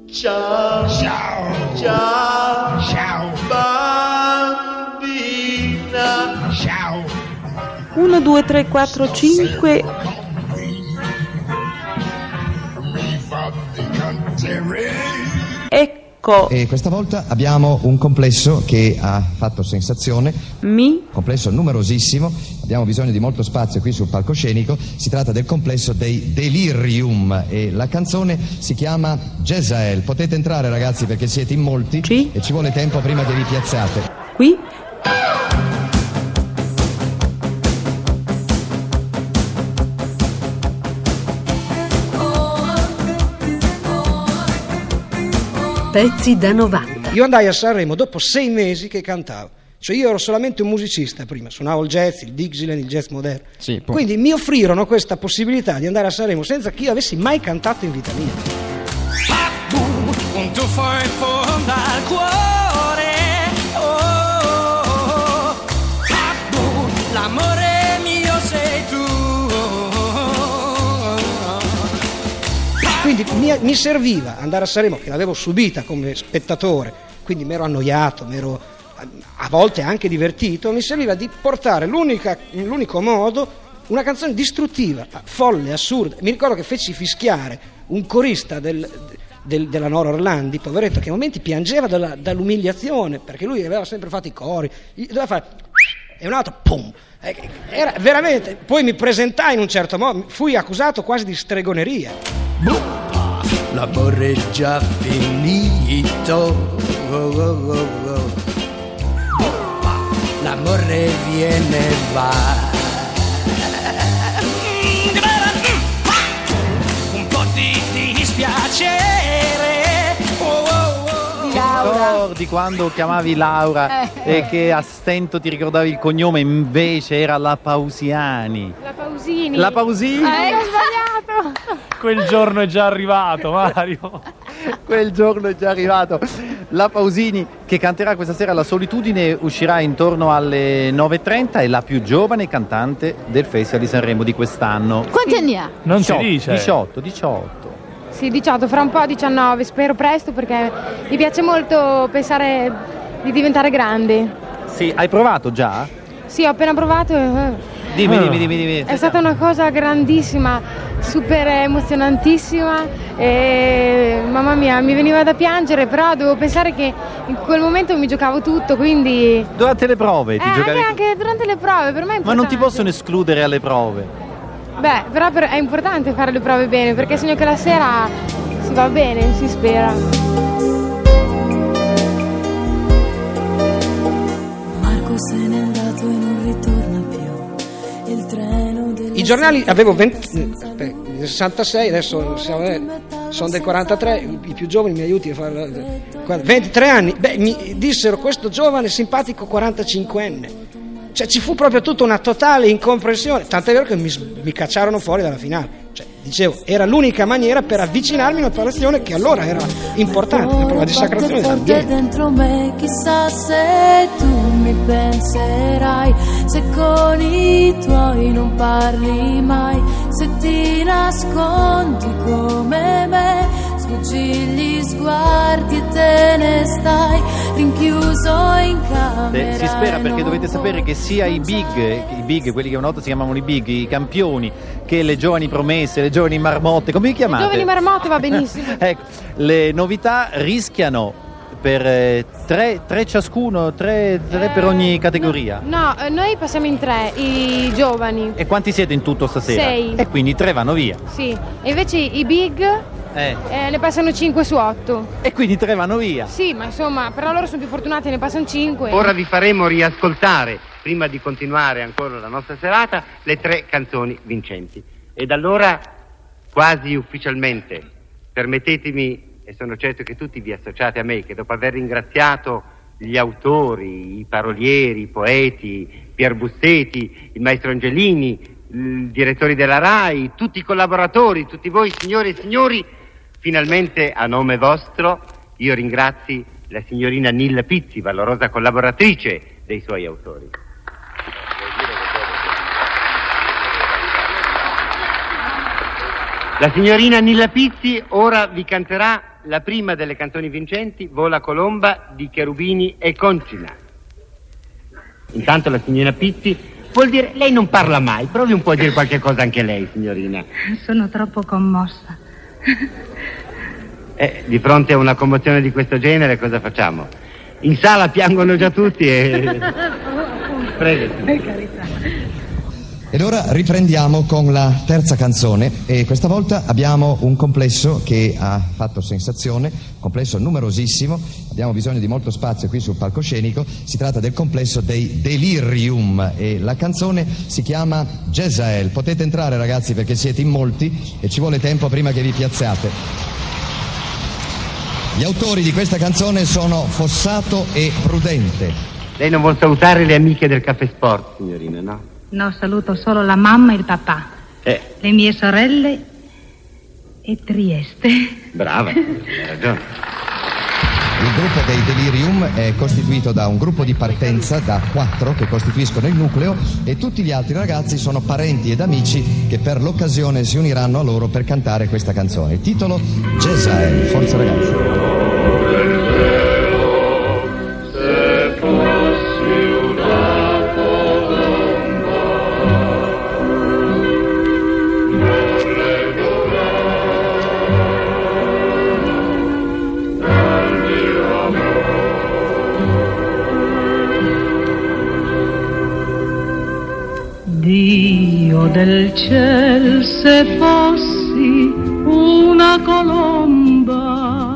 Ciao, ciao, ciao, ciao, bambina, ciao. 1, 2, 3, 4, 5. Ecco. E questa volta abbiamo un complesso che ha fatto sensazione. Complesso numerosissimo. Abbiamo bisogno di molto spazio qui sul palcoscenico. Si tratta del complesso dei Delirium e la canzone si chiama Jezzael. Potete entrare, ragazzi, perché siete in molti e ci vuole tempo prima che vi piazzate. Qui? Pezzi da 90. Io andai a Sanremo dopo 6 mesi che cantavo. Cioè io ero solamente un musicista prima, suonavo il jazz, il Dixieland, il jazz moderno. Sì, quindi mi offrirono questa possibilità di andare a Sanremo senza che io avessi mai cantato in vita mia. Un tuffo in fondo al cuore, oh, l'amore mio sei tu. Quindi mi serviva andare a Sanremo, che l'avevo subita come spettatore, quindi mi ero annoiato, mi ero a volte anche divertito, mi serviva di portare l'unico modo, una canzone distruttiva, folle, assurda. Mi ricordo che feci fischiare un corista della Nora Orlandi, poveretto, che a momenti piangeva dall'umiliazione, perché lui aveva sempre fatto i cori, doveva fare e un altro pum. Era veramente. Poi mi presentai in un certo modo, fui accusato quasi di stregoneria. L'amore è già finito, l'amore viene e va. Un po' di dispiacere. Ricordi quando chiamavi Laura e che a stento ti ricordavi il cognome, invece era la Pausiani. La Pausini. La Pausini? Hai sbagliato. Quel giorno è già arrivato, Mario. Quel giorno è già arrivato. La Pausini, che canterà questa sera La Solitudine, uscirà intorno alle 9:30, è la più giovane cantante del Festival di Sanremo di quest'anno. Quanti anni ha? Non 18, si dice. 18. Sì, 18, fra un po' 19, spero presto perché mi piace molto pensare di diventare grande. Sì, hai provato già? Sì, ho appena provato. Dimmi. È stata una cosa grandissima, super emozionantissima e mamma mia, mi veniva da piangere, però devo pensare che in quel momento mi giocavo tutto, quindi. Durante le prove ti giocavi? Anche durante le prove, per me è importante. Ma non ti possono escludere alle prove? Beh, però è importante fare le prove bene, perché sogno che la sera si va bene, si spera. Marco se n'è andato e non ritorna più. Il treno I giornali avevo 66, adesso sono del 43, i più giovani mi aiuti a fare 23 anni. Mi dissero questo giovane simpatico 45enne. Cioè ci fu proprio tutta una totale incomprensione, tant'è vero che mi cacciarono fuori dalla finale. Cioè, dicevo, era l'unica maniera per avvicinarmi a un'operazione che allora era importante, la prova di sacrazione dell'ambiente. Dentro me, chissà se tu mi penserai, se con i tuoi non parli mai, se ti nascondi come me, sfuggi gli sguardi e te ne stai rinchiuso in camera. Si spera, perché dovete sapere che sia i big, quelli che una volta si chiamavano i big, i campioni, che le giovani promesse, le giovani marmotte, come vi chiamate? Le giovani marmotte va benissimo. Ecco, le novità rischiano per tre ciascuno, tre per ogni categoria. No, noi passiamo in 3, i giovani. E quanti siete in tutto stasera? 6. E quindi 3 vanno via. Sì, e invece i big ne passano 5 su 8. E quindi 3 vanno via. Sì, ma insomma, però loro sono più fortunati, ne passano 5. Ora vi faremo riascoltare, prima di continuare ancora la nostra serata, le 3 canzoni vincenti. Ed allora, quasi ufficialmente, permettetemi, e sono certo che tutti vi associate a me, che dopo aver ringraziato gli autori, i parolieri, i poeti, Pier Bussetti, il maestro Angelini, i direttori della RAI, tutti i collaboratori, tutti voi signore e signori, finalmente a nome vostro io ringrazi la signorina Nilla Pizzi, valorosa collaboratrice dei suoi autori. La signorina Nilla Pizzi ora vi canterà la prima delle canzoni vincenti, Vola colomba di Cherubini e Concina. Intanto la signorina Pizzi vuol dire, lei non parla mai, provi un po' a dire qualche cosa anche lei, signorina. Sono troppo commossa. Di fronte a una commozione di questo genere cosa facciamo? In sala piangono già tutti e... Prego. Per carità. Ed ora riprendiamo con la terza canzone e questa volta abbiamo un complesso che ha fatto sensazione, complesso numerosissimo, abbiamo bisogno di molto spazio qui sul palcoscenico, si tratta del complesso dei Delirium e la canzone si chiama Jezzael. Potete entrare ragazzi perché siete in molti e ci vuole tempo prima che vi piazziate. Gli autori di questa canzone sono Fossato e Prudente. Lei non vuol salutare le amiche del Caffè Sport, signorina, no? No, saluto solo la mamma e il papà, le mie sorelle e Trieste. Brava, hai ragione. Il gruppo dei Delirium è costituito da un gruppo di partenza, da 4 che costituiscono il nucleo e tutti gli altri ragazzi sono parenti ed amici che per l'occasione si uniranno a loro per cantare questa canzone. Il titolo Jezzael, forza ragazzi. Dio del ciel, se fossi una colomba.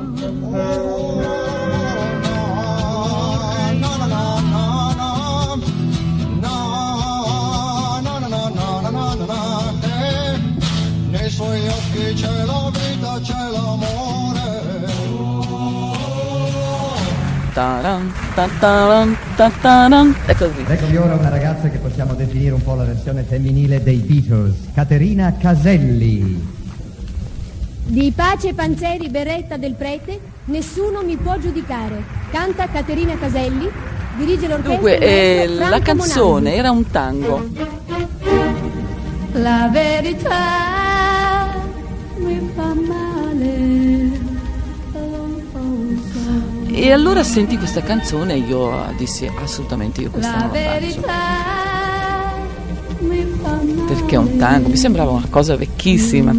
Nei suoi occhi c'è la vita, c'è l'amore. È così. Eccovi ora una ragazza che possiamo definire un po' la versione femminile dei Beatles, Caterina Caselli. Di Pace Panzeri Berretta del Prete, nessuno mi può giudicare. Canta Caterina Caselli, dirige l'orchestra. Dunque, la canzone era un tango. La verità mi fa male. E allora senti questa canzone e io dissi assolutamente io questa non la faccio. Perché è un tango, mi sembrava una cosa vecchissima.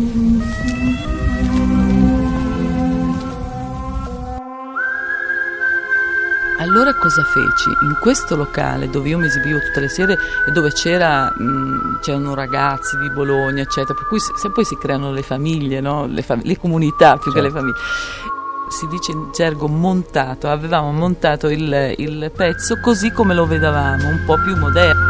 Allora cosa feci? In questo locale dove io mi esibivo tutte le sere e dove c'erano ragazzi di Bologna, eccetera, per cui se poi si creano le famiglie, no? Le comunità più che le famiglie. Si dice in gergo montato, avevamo montato il pezzo così come lo vedevamo, un po' più moderno.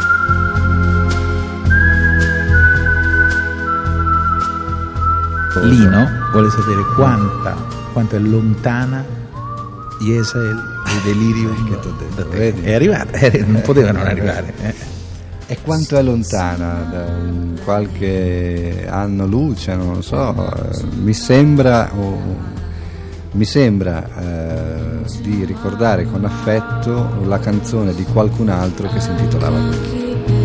Lino vuole sapere quanto è lontana Jezzael e Delirium. È arrivata, non poteva non arrivare. E quanto è lontana? Da qualche anno luce, non lo so, mi sembra di ricordare con affetto la canzone di qualcun altro che si intitolava così.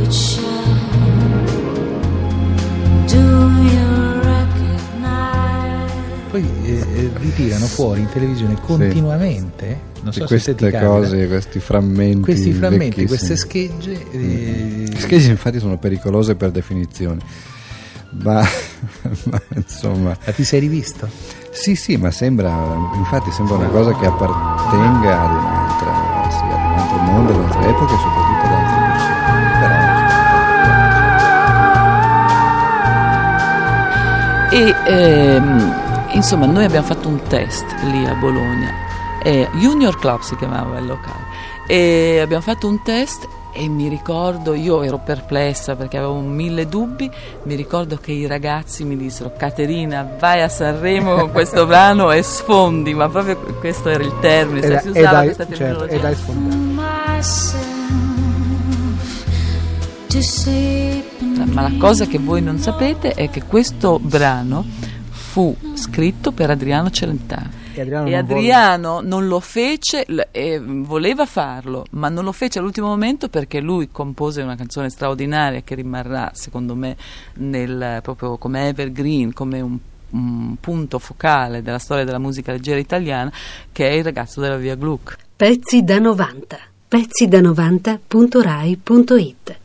Poi ritirano fuori in televisione continuamente, non so queste se cose, questi frammenti, queste schegge. Le schegge infatti sono pericolose per definizione, ma insomma. Ma ti sei rivisto? Sì, ma sembra una cosa che appartenga ad un altro mondo, ad un'altra epoca e soprattutto ad altre persone. Insomma, noi abbiamo fatto un test lì a Bologna, Junior Club si chiamava il locale, e abbiamo fatto un test. E mi ricordo, io ero perplessa perché avevo 1000 dubbi, mi ricordo che i ragazzi mi dissero: Caterina, vai a Sanremo con questo brano e sfondi, ma proprio questo era il termine, si usava questa terminologia. Certo, e dai sfondare. Ma la cosa che voi non sapete è che questo brano fu scritto per Adriano Celentano. E Adriano non lo fece, voleva farlo, ma non lo fece all'ultimo momento perché lui compose una canzone straordinaria che rimarrà, secondo me, proprio come evergreen, come un un punto focale della storia della musica leggera italiana, che è il ragazzo della via Gluck. Pezzi da 90. Pezzi da 90.rai.it